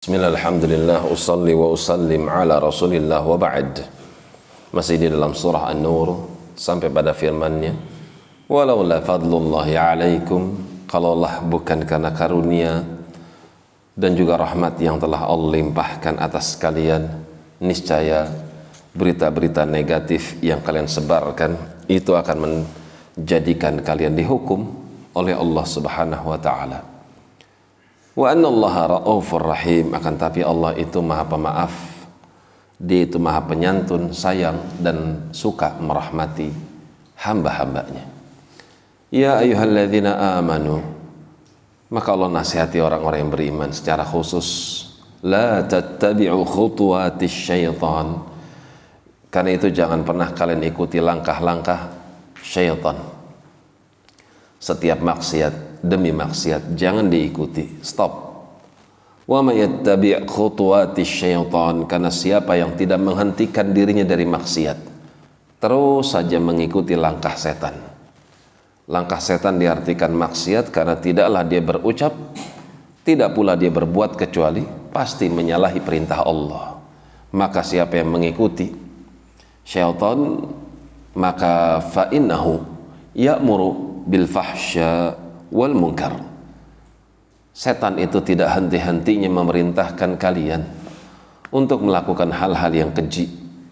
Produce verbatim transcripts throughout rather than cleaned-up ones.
Bismillah, alhamdulillah, usalli wa usallim ala rasulillah wa ba'd. Masih di dalam surah An-Nur sampai pada firman-Nya, walaula fadlullahi alaikum, kalaulah bukan karena karunia dan juga rahmat yang telah Allah limpahkan atas kalian, niscaya berita-berita negatif yang kalian sebarkan itu akan menjadikan kalian dihukum oleh Allah Subhanahu wa taala. Wa anna allaha ra'ufur rahim, akan tapi Allah itu maha pemaaf, dia itu maha penyantun, sayang dan suka merahmati hamba-hambanya. Ya ayyuhalladzina amanu, maka Allah nasihati orang-orang yang beriman secara khusus, la tattabi'u khutuwatis syaitan, karena itu jangan pernah kalian ikuti langkah-langkah syaitan. Setiap maksiat demi maksiat jangan diikuti, stop. Wa may yattabi' khutuwatis syaitan, karena siapa yang tidak menghentikan dirinya dari maksiat, terus saja mengikuti langkah setan. Langkah setan diartikan maksiat karena tidaklah dia berucap, tidak pula dia berbuat kecuali pasti menyalahi perintah Allah. Maka siapa yang mengikuti syaitan, maka fa innahu ya'muru bil fahsya wal munkar. Setan itu tidak henti-hentinya memerintahkan kalian untuk melakukan hal-hal yang keji,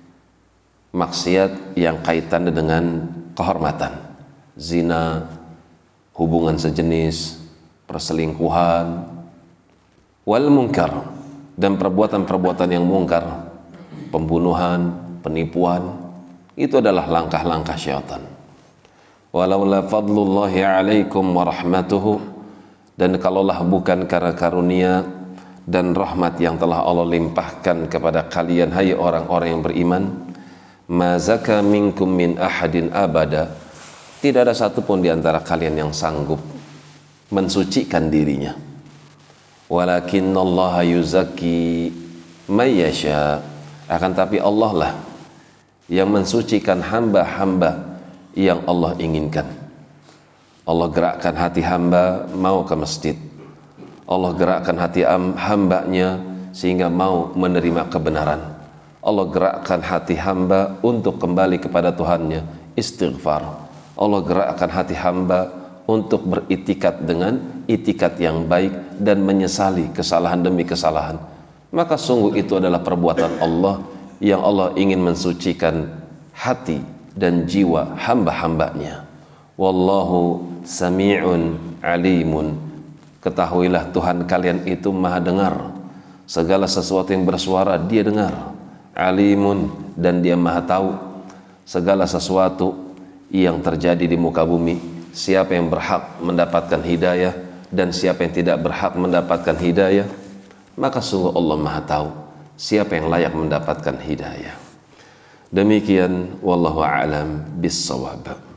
maksiat yang kaitannya dengan kehormatan, zina, hubungan sejenis, perselingkuhan, wal munkar, dan perbuatan-perbuatan yang mungkar, pembunuhan, penipuan. Itu adalah langkah-langkah syaitan. Walaula fadlullahi alaikum wa rahmatuhu, dan kalaulah bukan karena karunia dan rahmat yang telah Allah limpahkan kepada kalian, hai orang-orang yang beriman, ma zaka minkum min ahadin abada, tidak ada satupun di antara kalian yang sanggup mensucikan dirinya. Walakinnallaha yuzakki may yasha, akan tapi Allah lah yang mensucikan hamba-hamba yang Allah inginkan. Allah gerakkan hati hamba mau ke masjid, Allah gerakkan hati hambanya sehingga mau menerima kebenaran, Allah gerakkan hati hamba untuk kembali kepada Tuhannya, istighfar, Allah gerakkan hati hamba untuk beritikat dengan itikat yang baik dan menyesali kesalahan demi kesalahan. Maka sungguh itu adalah perbuatan Allah yang Allah ingin mensucikan hati dan jiwa hamba-hambanya. Wallahu sami'un alimun, ketahuilah Tuhan kalian itu maha dengar, segala sesuatu yang bersuara dia dengar. Alimun, dan dia maha tahu segala sesuatu yang terjadi di muka bumi, siapa yang berhak mendapatkan hidayah dan siapa yang tidak berhak mendapatkan hidayah. Maka sungguh Allah maha tahu siapa yang layak mendapatkan hidayah. Demikian, wallahu a'lam bis-shawab.